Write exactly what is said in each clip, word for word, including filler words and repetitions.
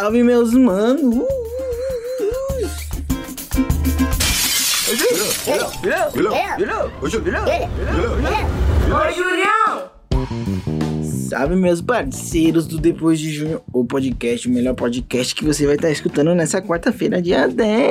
salve, meus manos! Oi, Julião! Salve, meus parceiros do Depois de Junho, o podcast, o melhor podcast que você vai estar escutando nessa quarta-feira, dia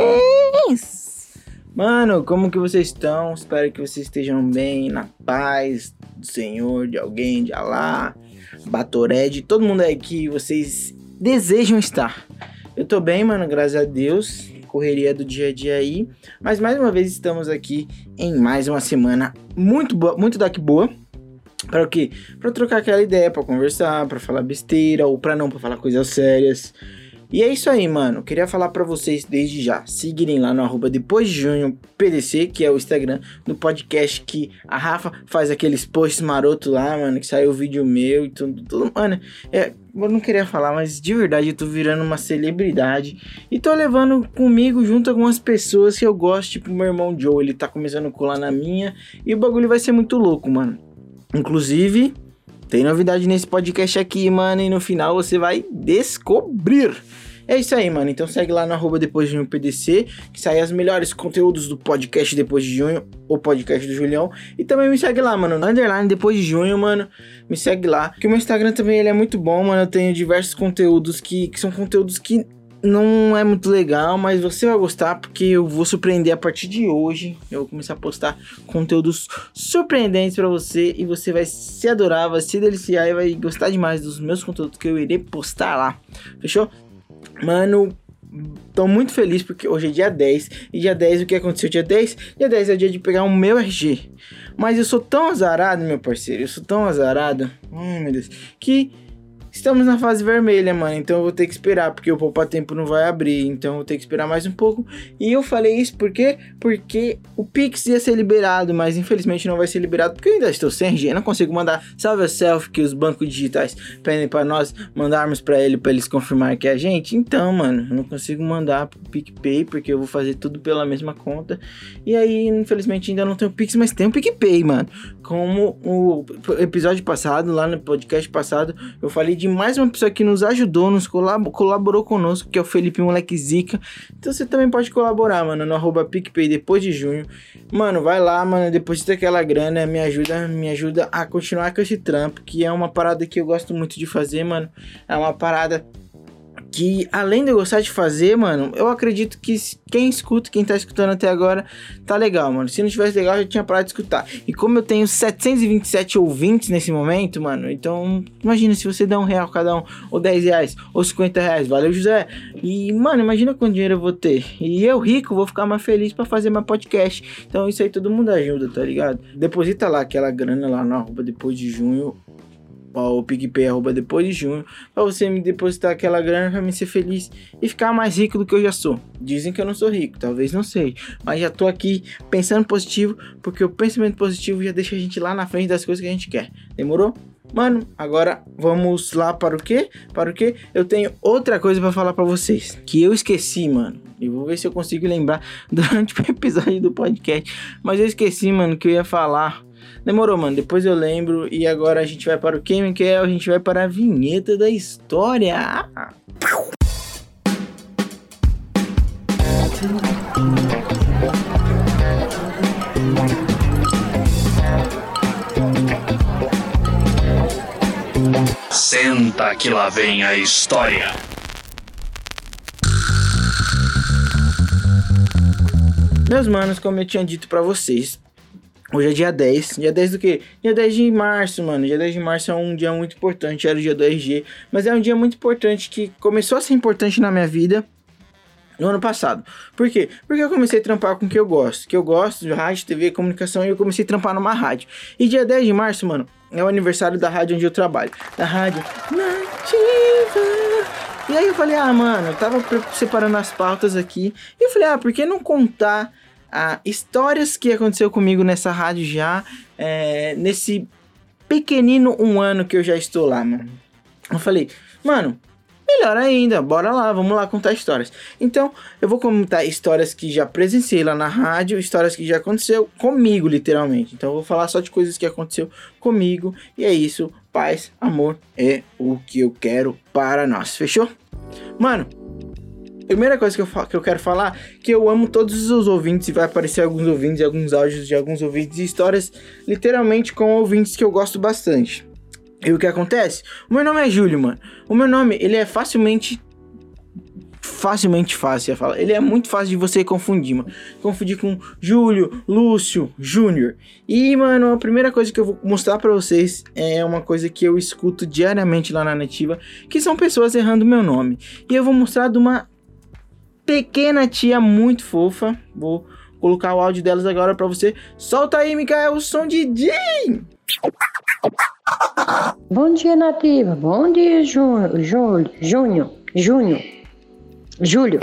dez. Mano, como que vocês estão? Espero que vocês estejam bem, na paz do Senhor, de alguém, de Alá, Batoré, de todo mundo aí que vocês desejam estar. Eu tô bem, mano, graças a Deus, correria do dia a dia aí, mas mais uma vez estamos aqui em mais uma semana muito boa, muito daqui boa. Para o quê? Para trocar aquela ideia, para conversar, para falar besteira ou para não, para falar coisas sérias. E é isso aí, mano. Queria falar para vocês desde já seguirem lá no arroba Depois de Junho P D C, que é o Instagram do podcast que a Rafa faz aqueles posts maroto lá, mano, que saiu o vídeo meu e tudo, tudo mano. É, eu não queria falar, mas de verdade eu tô virando uma celebridade e tô levando comigo junto algumas pessoas que eu gosto, tipo meu irmão Joe, ele tá começando a colar na minha e o bagulho vai ser muito louco, mano. Inclusive, tem novidade nesse podcast aqui, mano, e no final você vai descobrir. É isso aí, mano, então segue lá no arroba Depois de Junho P D C, que sai os melhores conteúdos do podcast Depois de Junho, o podcast do Julião. E também me segue lá, mano, no underline Depois de Junho, mano, me segue lá. Porque o meu Instagram também, ele é muito bom, mano, eu tenho diversos conteúdos que, que são conteúdos que não é muito legal, mas você vai gostar porque eu vou surpreender a partir de hoje. Eu vou começar a postar conteúdos surpreendentes pra você e você vai se adorar, vai se deliciar e vai gostar demais dos meus conteúdos que eu irei postar lá. Fechou? Mano, tô muito feliz porque hoje é dia dez. E dia dez, o que aconteceu dia dez? Dia dez é o dia de pegar o meu R G. Mas eu sou tão azarado, meu parceiro, eu sou tão azarado, ai meu Deus, que estamos na fase vermelha, mano, então eu vou ter que esperar, porque o Poupa Tempo não vai abrir, então eu vou ter que esperar mais um pouco. E eu falei isso por quê? Porque o Pix ia ser liberado, mas infelizmente não vai ser liberado, porque eu ainda estou sem R G, eu não consigo mandar salve a selfie que os bancos digitais pedem pra nós mandarmos pra ele, pra eles confirmar que é a gente. Então, mano, eu não consigo mandar pro PicPay, porque eu vou fazer tudo pela mesma conta. E aí, infelizmente, ainda não tem o Pix, mas tem o PicPay, mano. Como o episódio passado, lá no podcast passado, eu falei de mais uma pessoa que nos ajudou, nos colab- colaborou conosco, que é o Felipe Moleque Zica. Então você também pode colaborar, mano, no arroba PicPay Depois de Junho. Mano, vai lá, mano, deposita aquela grana, me ajuda, me ajuda a continuar com esse trampo, que é uma parada que eu gosto muito de fazer, mano. É uma parada que, além de eu gostar de fazer, mano, eu acredito que quem escuta, quem tá escutando até agora, tá legal, mano. Se não tivesse legal, eu já tinha parado de escutar. E como eu tenho setecentos e vinte e sete ouvintes nesse momento, mano, então, imagina se você dá um real cada um, ou dez reais, ou cinquenta reais, valeu, José. E, mano, imagina quanto dinheiro eu vou ter. E eu, rico, vou ficar mais feliz pra fazer meu podcast. Então, isso aí todo mundo ajuda, tá ligado? Deposita lá aquela grana lá no arroba Depois de Junho, o PicPay, arroba Depois de Junho, pra você me depositar aquela grana pra me ser feliz e ficar mais rico do que eu já sou. Dizem que eu não sou rico, talvez não sei, mas já tô aqui pensando positivo, porque o pensamento positivo já deixa a gente lá na frente das coisas que a gente quer. Demorou? Mano, agora vamos lá para o quê? Para o quê? Eu tenho outra coisa pra falar pra vocês, que eu esqueci, mano. E vou ver se eu consigo lembrar durante o episódio do podcast, mas eu esqueci, mano, que eu ia falar. Demorou, mano, depois eu lembro. E agora a gente vai para o que, Miquel? A gente vai para a vinheta da história. Senta que lá vem a história. Meus manos, como eu tinha dito pra vocês, hoje é dia dez. Dia dez do quê? Dia dez de março, mano. Dia dez de março é um dia muito importante. Era o dia do R G. Mas é um dia muito importante que começou a ser importante na minha vida no ano passado. Por quê? Porque eu comecei a trampar com o que eu gosto. Que eu gosto de rádio, T V, comunicação. E eu comecei a trampar numa rádio. E dia dez de março, mano, é o aniversário da rádio onde eu trabalho. Da rádio Nativa. E aí eu falei, ah, mano, eu tava separando as pautas aqui. E eu falei, ah, por que não contar ah, histórias que aconteceu comigo nessa rádio já, é, nesse pequenino um ano que eu já estou lá, mano. Eu falei, mano, melhor ainda, bora lá, vamos lá contar histórias. Então, eu vou contar histórias que já presenciei lá na rádio, histórias que já aconteceu comigo, literalmente. Então, eu vou falar só de coisas que aconteceu comigo. E é isso, paz, amor é o que eu quero para nós, fechou? Mano, primeira coisa que eu, fa- que eu quero falar, que eu amo todos os ouvintes, e vai aparecer alguns ouvintes, alguns áudios de alguns ouvintes, e histórias literalmente com ouvintes que eu gosto bastante. E o que acontece? O meu nome é Júlio, mano. O meu nome, ele é facilmente... Facilmente fácil, eu falo. Ele é muito fácil de você confundir, mano. Confundir com Júlio, Lúcio, Júnior. E, mano, a primeira coisa que eu vou mostrar pra vocês é uma coisa que eu escuto diariamente lá na Nativa, que são pessoas errando meu nome. E eu vou mostrar de uma pequena tia muito fofa. Vou colocar o áudio delas agora pra você. Solta aí, Micael, o som de Jim! Bom dia, Nativa. Bom dia, Júnior. Júnior. Júnior. Júnior. Júlio.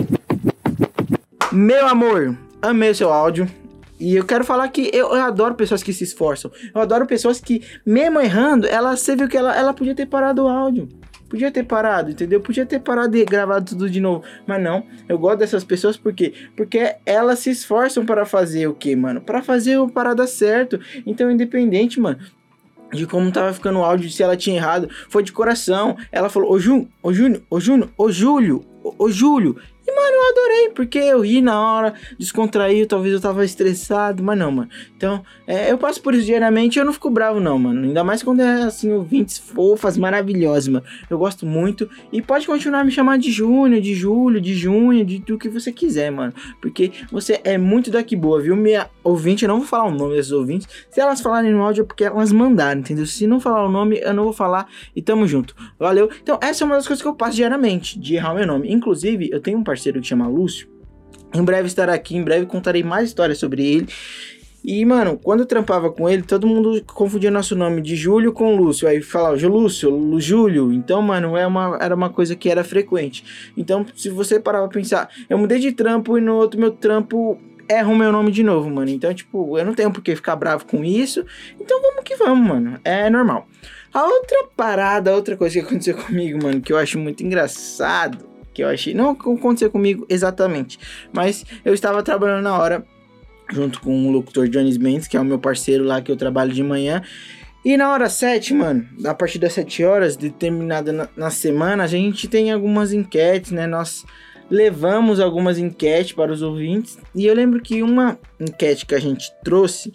Meu amor, amei o seu áudio. E eu quero falar que eu, eu adoro pessoas que se esforçam. Eu adoro pessoas que, mesmo errando, ela, você viu que ela, ela podia ter parado o áudio. Podia ter parado, entendeu? Podia ter parado e gravado tudo de novo. Mas não, eu gosto dessas pessoas por quê? Porque elas se esforçam para fazer o quê, mano? Para fazer o parada certo. Então, independente, mano, de como tava ficando o áudio, se ela tinha errado, foi de coração. Ela falou, ô Júnior, ô Júnior, ô Júnior, ô Júlio, ô Júlio. E, mano, eu adorei, porque eu ri na hora, descontraí, talvez eu tava estressado, mas não, mano. Então, é, eu passo por isso diariamente e eu não fico bravo, não, mano. Ainda mais quando é, assim, ouvintes fofas, maravilhosas, mano. Eu gosto muito. E pode continuar me chamando de Júnior, de Júlio, de Junho, de do que você quiser, mano. Porque você é muito daqui boa, viu? Minha ouvinte, eu não vou falar o nome desses ouvintes. Se elas falarem no áudio é porque elas mandaram, entendeu? Se não falar o nome, eu não vou falar e tamo junto. Valeu? Então, essa é uma das coisas que eu passo diariamente, de errar o meu nome. Inclusive, eu tenho um parceiro que chama Lúcio. Em breve estará aqui, em breve contarei mais histórias sobre ele. E, mano, quando eu trampava com ele, todo mundo confundia nosso nome de Júlio com Lúcio. Aí falava, Lúcio, Júlio. Então, mano, é uma, era uma coisa que era frequente. Então, se você parar pra pensar, eu mudei de trampo e no outro meu trampo erra o meu nome de novo, mano. Então, tipo, eu não tenho por que ficar bravo com isso. Então, vamos que vamos, mano. É normal. A outra parada, a outra coisa que aconteceu comigo, mano, que eu acho muito engraçado, que eu achei, não aconteceu comigo exatamente, mas eu estava trabalhando na hora, junto com o locutor Jones Mendes, que é o meu parceiro lá, que eu trabalho de manhã, e na hora sete, mano, a partir das sete horas, determinada na, na semana, a gente tem algumas enquetes, né, nós levamos algumas enquetes para os ouvintes, e eu lembro que uma enquete que a gente trouxe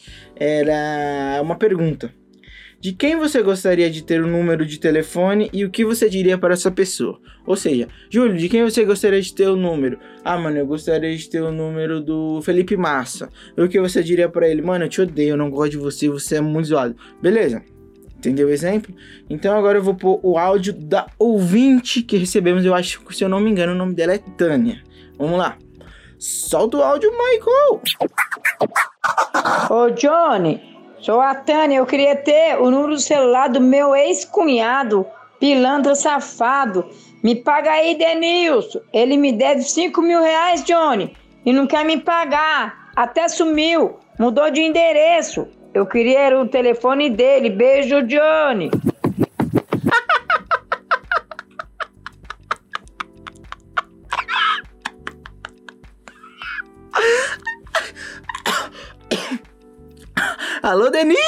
era uma pergunta: de quem você gostaria de ter o número de telefone e o que você diria para essa pessoa? Ou seja, Júlio, de quem você gostaria de ter o número? Ah, mano, eu gostaria de ter o número do Felipe Massa. E o que você diria para ele? Mano, eu te odeio, eu não gosto de você, você é muito zoado. Beleza? Entendeu o exemplo? Então agora eu vou pôr o áudio da ouvinte que recebemos. Eu acho que, se eu não me engano, o nome dela é Tânia. Vamos lá. Solta o áudio, Michael! Ô, Johnny, sou a Tânia. Eu queria ter o número do celular do meu ex-cunhado, pilantra safado. Me paga aí, Denilson. Ele me deve cinco mil reais, Johnny, e não quer me pagar. Até sumiu. Mudou de endereço. Eu queria o telefone dele. Beijo, Johnny. Alô, Denis!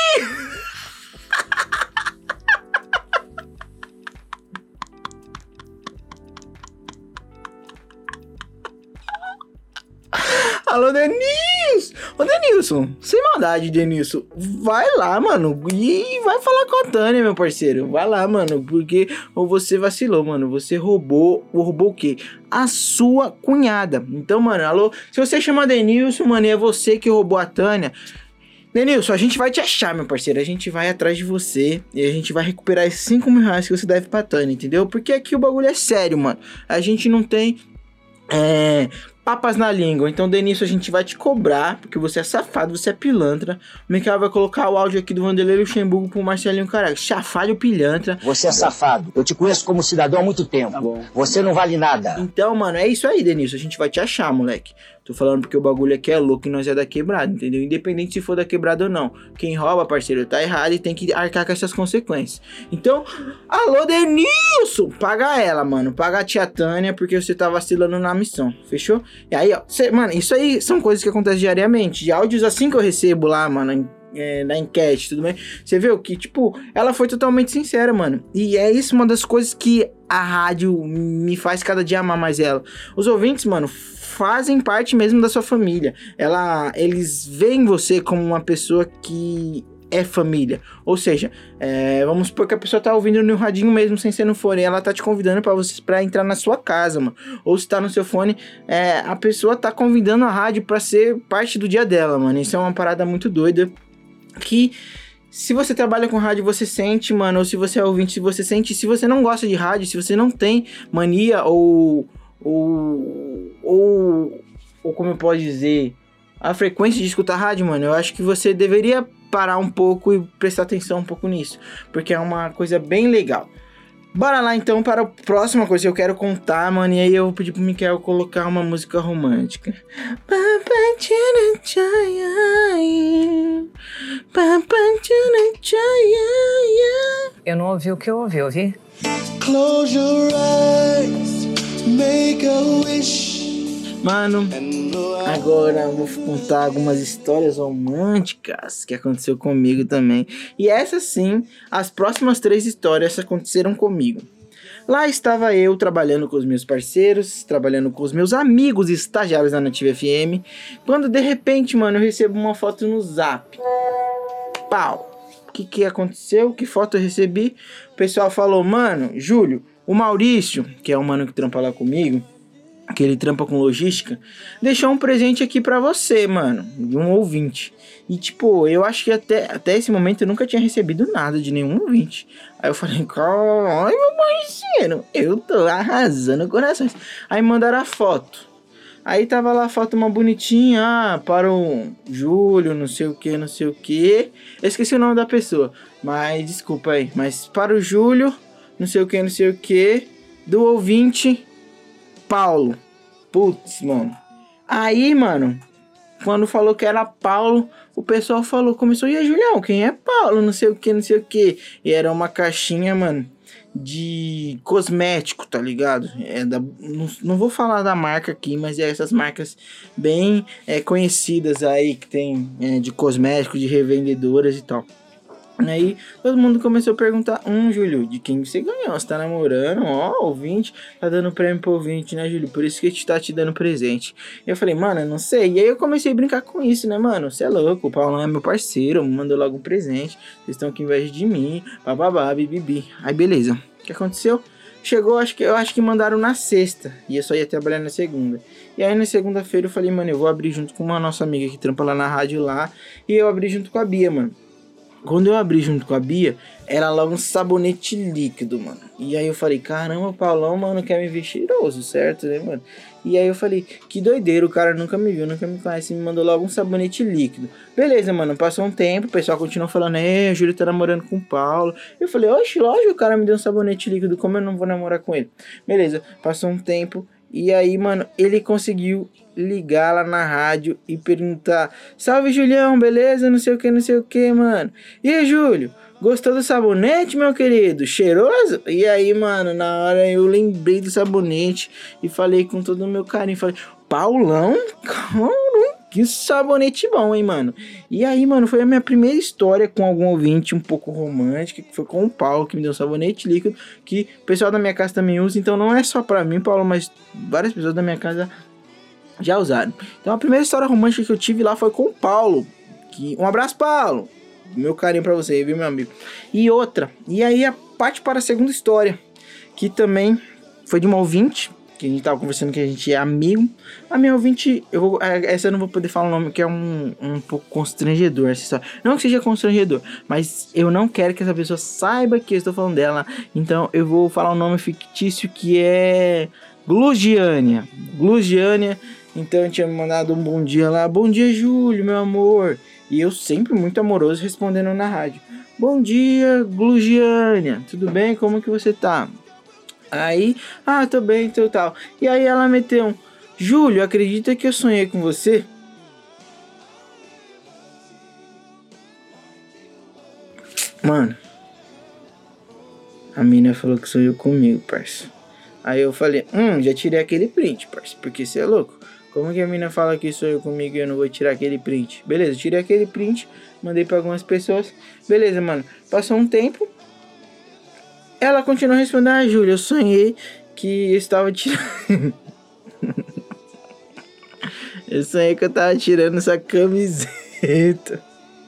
Alô, Denilson! Ô, Denilson, sem maldade, Denilson, vai lá, mano, e vai falar com a Tânia, meu parceiro. Vai lá, mano, porque você vacilou, mano. Você roubou, roubou o quê? A sua cunhada. Então, mano, alô, se você chama Denilson, mano, e é você que roubou a Tânia, Denilson, a gente vai te achar, meu parceiro. A gente vai atrás de você e a gente vai recuperar esses cinco mil reais que você deve pra Tânia, entendeu? Porque aqui o bagulho é sério, mano. A gente não tem é, papas na língua. Então, Denilson, a gente vai te cobrar, porque você é safado, você é pilantra. O Michael vai colocar o áudio aqui do Vanderlei Luxemburgo pro Marcelinho Caraca. Chafalho pilantra. Você é safado. Eu te conheço como cidadão há muito tempo. Tá bom. Você não vale nada. Então, mano, é isso aí, Denilson. A gente vai te achar, moleque. Tô falando porque o bagulho aqui é louco e nós é da quebrada, entendeu? Independente se for da quebrada ou não. Quem rouba, parceiro, tá errado e tem que arcar com essas consequências. Então, alô, Denilson! Paga ela, mano. Paga a tia Tânia, porque você tá vacilando na missão. Fechou? E aí, ó. Cê, mano, isso aí são coisas que acontecem diariamente. De áudios assim que eu recebo lá, mano, É, na enquete, tudo bem? Você viu que, tipo, ela foi totalmente sincera, mano. E é isso uma das coisas que a rádio me faz cada dia amar mais ela. Os ouvintes, mano, fazem parte mesmo da sua família. Ela, eles veem você como uma pessoa que é família. Ou seja, é, vamos supor que a pessoa tá ouvindo no radinho mesmo, sem ser no fone, e ela tá te convidando pra, você, pra entrar na sua casa, mano. Ou se tá no seu fone, é, a pessoa tá convidando a rádio pra ser parte do dia dela, mano. Isso é uma parada muito doida, que se você trabalha com rádio, você sente, mano. Ou se você é ouvinte, se você sente. Se você não gosta de rádio, se você não tem mania ou... Ou... Ou, ou como eu posso dizer... A frequência de escutar rádio, mano, eu acho que você deveria parar um pouco e prestar atenção um pouco nisso, porque é uma coisa bem legal. Bora lá então para a próxima coisa que eu quero contar, mano, e aí eu vou pedir pro Michael colocar uma música romântica. Eu não ouvi o que eu ouvi, ouvi? Close your eyes, make a wish. Mano, agora eu vou contar algumas histórias românticas que aconteceu comigo também. E essas sim, as próximas três histórias aconteceram comigo. Lá estava eu trabalhando com os meus parceiros, trabalhando com os meus amigos estagiários da Nativa F M, quando de repente, mano, eu recebo uma foto no Zap. Pau! O que que aconteceu? Que foto eu recebi? O pessoal falou, mano, Júlio, o Maurício, que é o mano que trampa lá comigo, que ele trampa com logística, deixou um presente aqui pra você, mano, de um ouvinte. E tipo, eu acho que até, até esse momento eu nunca tinha recebido nada de nenhum ouvinte. Aí eu falei, ai meu parceiro, eu tô arrasando corações. Aí mandaram a foto. Aí tava lá a foto uma bonitinha, ah, para o Júlio, não sei o que, não sei o que. Eu esqueci o nome da pessoa, mas desculpa aí. Mas para o Júlio, não sei o que, não sei o que, do ouvinte... Paulo. Putz, mano. Aí, mano, quando falou que era Paulo, o pessoal falou, começou, e aí, Julião, quem é Paulo? Não sei o que, não sei o que. E era uma caixinha, mano, de cosmético, tá ligado? É da, não, não vou falar da marca aqui, mas é essas marcas bem é, conhecidas aí, que tem é, de cosmético, de revendedoras e tal. Aí todo mundo começou a perguntar, hum, Júlio, de quem você ganhou? Você tá namorando? Ó, ouvinte, tá dando prêmio pro ouvinte, né, Júlio? Por isso que a gente tá te dando presente. E eu falei, mano, eu não sei. E aí eu comecei a brincar com isso, né, mano? Você é louco, o Paulão é meu parceiro, me mandou logo um presente. Vocês estão com inveja de mim, bababá, bibibi. Aí beleza, o que aconteceu? Chegou, acho que, eu acho que mandaram na sexta, e eu só ia trabalhar na segunda. E aí na segunda-feira eu falei, mano, eu vou abrir junto com uma nossa amiga que trampa lá na rádio lá, e eu abri junto com a Bia, mano. Quando eu abri junto com a Bia, era logo um sabonete líquido, mano. E aí eu falei, caramba, o Paulão, mano, quer me ver cheiroso, certo, né, mano? E aí eu falei, que doideira, o cara nunca me viu, nunca me conhece, me mandou logo um sabonete líquido. Beleza, mano, passou um tempo, o pessoal continuou falando, é, o Júlio tá namorando com o Paulo. Eu falei, oxe, lógico, o cara me deu um sabonete líquido, como eu não vou namorar com ele? Beleza, passou um tempo, e aí, mano, ele conseguiu ligar lá na rádio e perguntar, salve, Julião, beleza? Não sei o que, não sei o que, mano. E aí, Júlio, gostou do sabonete, meu querido? Cheiroso? E aí, mano, na hora eu lembrei do sabonete e falei com todo o meu carinho, falei, Paulão, que sabonete bom, hein, mano. E aí, mano, foi a minha primeira história com algum ouvinte um pouco romântica, que foi com o Paulo, que me deu um sabonete líquido, que o pessoal da minha casa também usa, então não é só pra mim, Paulo, mas várias pessoas da minha casa já usaram. Então a primeira história romântica que eu tive lá foi com o Paulo, que... um abraço, Paulo, meu carinho pra você, viu, meu amigo. E outra, e aí a parte para a segunda história, que também foi de uma ouvinte, que a gente tava conversando, que a gente é amigo. A minha ouvinte, eu vou, essa eu não vou poder falar o nome, que é um, um pouco constrangedor essa história. Não que seja constrangedor, mas eu não quero que essa pessoa saiba que eu estou falando dela. Então eu vou falar um nome fictício, que é Glugiânia. Glugiânia. Então eu tinha me mandado um bom dia lá. Bom dia, Júlio, meu amor. E eu sempre muito amoroso respondendo na rádio. Bom dia, Glugiânia. Tudo bem? Como que você tá? Aí, ah, tô bem, então tal. E aí ela meteu um, Júlio, acredita que eu sonhei com você? Mano, a mina falou que sonhou comigo, parça. Aí eu falei, hum, já tirei aquele print, parça, porque você é louco. Como que a mina fala que sonhou comigo e eu não vou tirar aquele print? Beleza, tirei aquele print, mandei pra algumas pessoas. Beleza, mano, passou um tempo. ela continuou respondendo, ah, Júlia, eu sonhei que eu estava tirando... eu sonhei que eu tava tirando essa camiseta.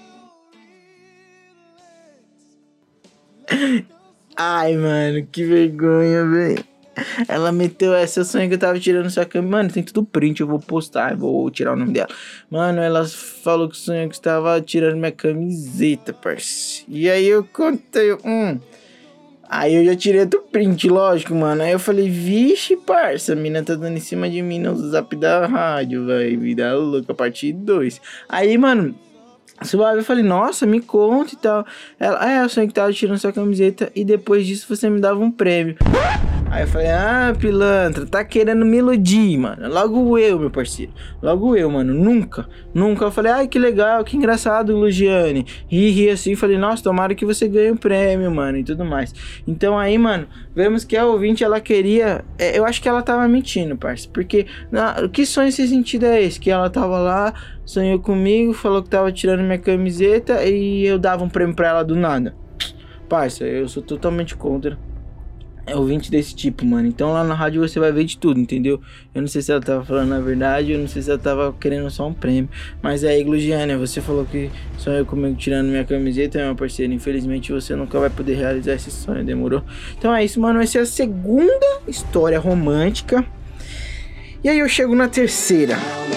Ai, mano, que vergonha, velho. Ela meteu essa, eu sonhei que eu tava tirando sua camiseta. Mano, tem tudo print, eu vou postar, eu vou tirar o nome dela. Mano, ela falou que sonhou que estava tirando minha camiseta, parceiro. E aí eu contei, hum... Aí eu já tirei do print, lógico, mano. Aí eu falei, vixe, parça, a mina tá dando em cima de mim no zap da rádio, vai virar louca, parte dois. Aí, mano, suave, eu falei, nossa, me conta e tal. Ela, ah, eu sonhei que tava tirando sua camiseta e depois disso você me dava um prêmio. Aí eu falei, ah, pilantra, tá querendo me iludir, mano. Logo eu, meu parceiro. Logo eu, mano. Nunca, nunca. Eu falei, ai, que legal, que engraçado, Lugiane. Ri, ri assim, falei, nossa, tomara que você ganhe um prêmio, mano, e tudo mais. Então aí, mano, vemos que a ouvinte, ela queria... É, eu acho que ela tava mentindo, parceiro. Porque, na, que sonho sem sentido é esse? Que ela tava lá, sonhou comigo, falou que tava tirando minha camiseta e eu dava um prêmio pra ela do nada. Parceiro, eu sou totalmente contra. É ouvinte desse tipo, mano. Então lá na rádio você vai ver de tudo, entendeu? Eu não sei se ela tava falando a verdade, eu não sei se ela tava querendo só um prêmio. Mas aí, Glugiane, você falou que sonhou comigo tirando minha camiseta, meu parceiro. Infelizmente você nunca vai poder realizar esse sonho, demorou? Então é isso, mano. Essa é a segunda história romântica. E aí eu chego na terceira.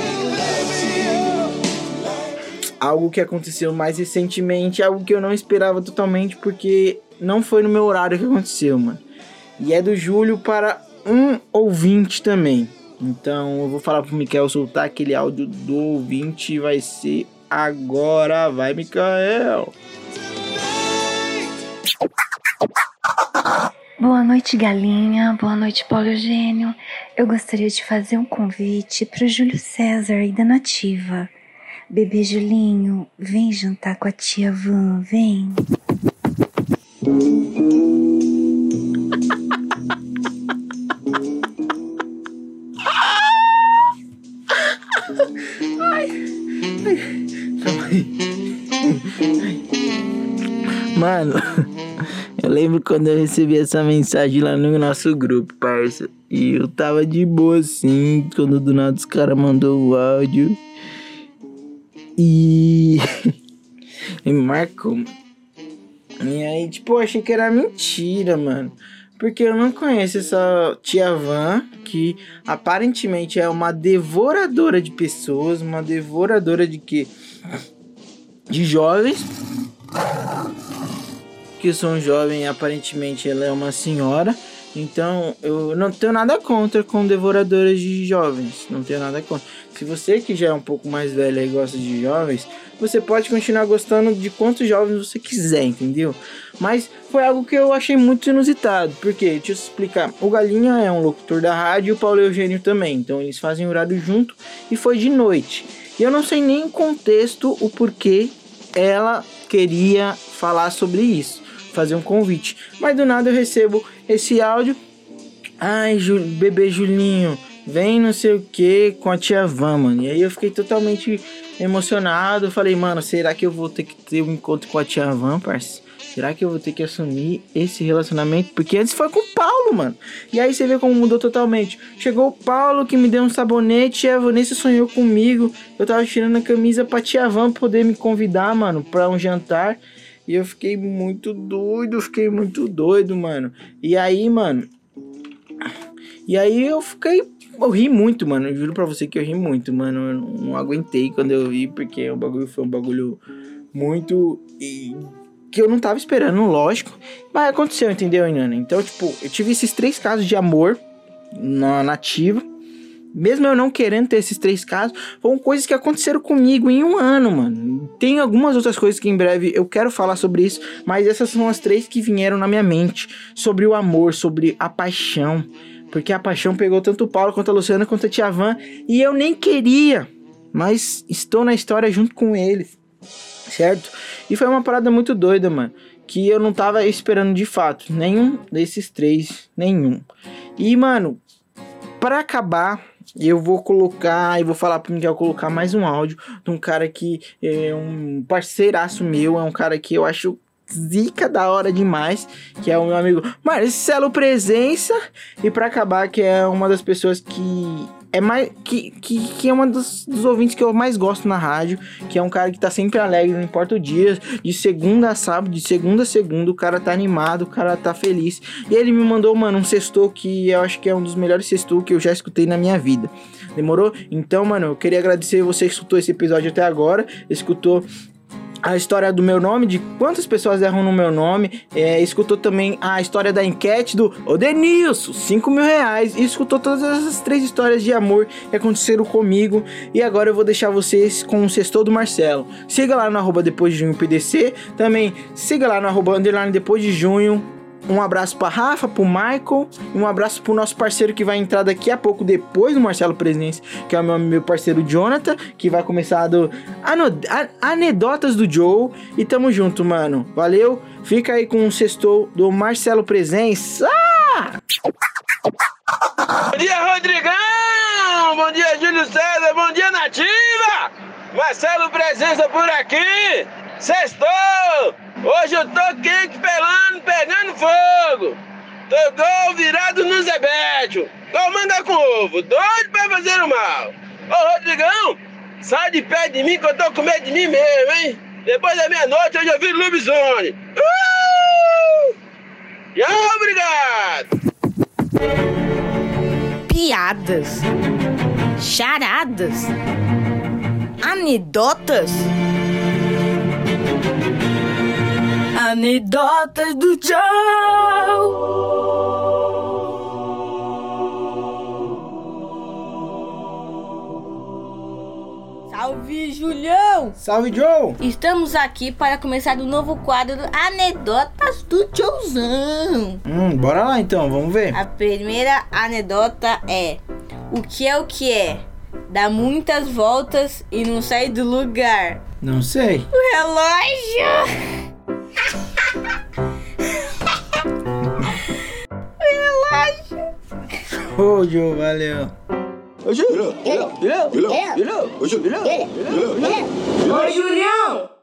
Algo que aconteceu mais recentemente, algo que eu não esperava totalmente, porque não foi no meu horário que aconteceu, mano. E é do Júlio para um ouvinte também. Então eu vou falar pro Mikael soltar aquele áudio do ouvinte. Vai ser agora. Vai, Mikael. Boa noite, galinha. Boa noite, Paulo Eugênio. Eu gostaria de fazer um convite pro Júlio César aí da Nativa. Bebê Julinho, vem jantar com a tia Van, vem. Mano, eu lembro quando eu recebi essa mensagem lá no nosso grupo, parça. E eu tava de boa assim, quando do nada os caras mandou o áudio. E... me marcou. E aí, tipo, eu achei que era mentira, mano. Porque eu não conheço essa tia Van, que aparentemente é uma devoradora de pessoas, uma devoradora de quê? De jovens. Que eu sou um jovem, aparentemente ela é uma senhora. Então eu não tenho nada contra com devoradoras de jovens. Não tenho nada contra. Se você que já é um pouco mais velho e gosta de jovens, você pode continuar gostando de quantos jovens você quiser, entendeu? Mas foi algo que eu achei muito inusitado. Porque, deixa eu explicar. O Galinha é um locutor da rádio e o Paulo Eugênio também. Então eles fazem horário junto e foi de noite. E eu não sei nem o contexto, o porquê ela queria falar sobre isso, fazer um convite. Mas do nada eu recebo esse áudio. Ai, Ju, bebê Julinho, vem não sei o que com a tia Van, mano. E aí eu fiquei totalmente emocionado. Falei, mano, será que eu vou ter que ter um encontro com a tia Van, parceiro? Será que eu vou ter que assumir esse relacionamento? Porque antes foi com o Paulo, mano. E aí você vê como mudou totalmente. Chegou o Paulo que me deu um sabonete. A Vanessa sonhou comigo. Eu tava tirando a camisa pra tia Van poder me convidar, mano, pra um jantar. E eu fiquei muito doido. Fiquei muito doido, mano. E aí, mano... E aí eu fiquei... Eu ri muito, mano. Eu juro pra você que eu ri muito, mano. Eu não aguentei quando eu vi. Porque o bagulho foi um bagulho muito... E... que eu não tava esperando, lógico. Mas aconteceu, entendeu, Inana? Então, tipo, eu tive esses três casos de amor na nativa. Mesmo eu não querendo ter esses três casos, foram coisas que aconteceram comigo em um ano, mano. Tem algumas outras coisas que em breve eu quero falar sobre isso, mas essas são as três que vieram na minha mente. Sobre o amor, sobre a paixão. Porque a paixão pegou tanto o Paulo quanto a Luciana quanto a tia Van. E eu nem queria, mas estou na história junto com eles. Certo? E foi uma parada muito doida, mano, que eu não tava esperando de fato. Nenhum desses três, nenhum. E, mano, pra acabar, eu vou colocar, eu vou falar pro Miguel colocar mais um áudio de um cara que é um parceiraço meu, é um cara que eu acho zica da hora demais, que é o meu amigo Marcelo Presença. E pra acabar, que é uma das pessoas que é mais que, que, que é uma dos, dos ouvintes que eu mais gosto na rádio, que é um cara que tá sempre alegre, não importa o dia, de segunda a sábado, de segunda a segunda, o cara tá animado, o cara tá feliz. E ele me mandou, mano, um sextou que eu acho que é um dos melhores sextou que eu já escutei na minha vida. Demorou? Então, mano, eu queria agradecer você que escutou esse episódio até agora, escutou a história do meu nome, de quantas pessoas erram no meu nome, é, escutou também a história da enquete do Ô Denilson, cinco mil reais, e escutou todas essas três histórias de amor que aconteceram comigo. E agora eu vou deixar vocês com o sextou do Marcelo. Siga lá no arroba depois de junho P D C, também siga lá no arroba underline depois de junho. Um abraço pra Rafa, pro Michael, e um abraço pro nosso parceiro que vai entrar daqui a pouco, depois do Marcelo Presença, que é o meu, meu parceiro Jonathan, que vai começar do ano, a, Anedotas do Joe. E tamo junto, mano. Valeu, fica aí com o sextou do Marcelo Presença. Bom dia, Rodrigão! Bom dia, Júlio César! Bom dia, Nativa! Marcelo Presença por aqui! Sextou! Hoje eu tô quente, pelando, pegando fogo. Tô igual virado no Zebédio. Tô manga com ovo, doido pra fazer o mal. Ô Rodrigão, sai de perto de mim que eu tô com medo de mim mesmo, hein? Depois da meia-noite hoje eu viro lobisomem. Uh! Tchau, obrigado. Piadas, charadas, anedotas. Anedotas do Joe. Salve, Julião! Salve, Joe! Estamos aqui para começar o novo quadro do Anedotas do Joezão. Hum, bora lá então, vamos ver. A primeira anedota é: o que é o que é? Dá muitas voltas e não sai do lugar. Não sei. O relógio! Ô, Joe, valeu. Ô, Julião! Ô, Julião!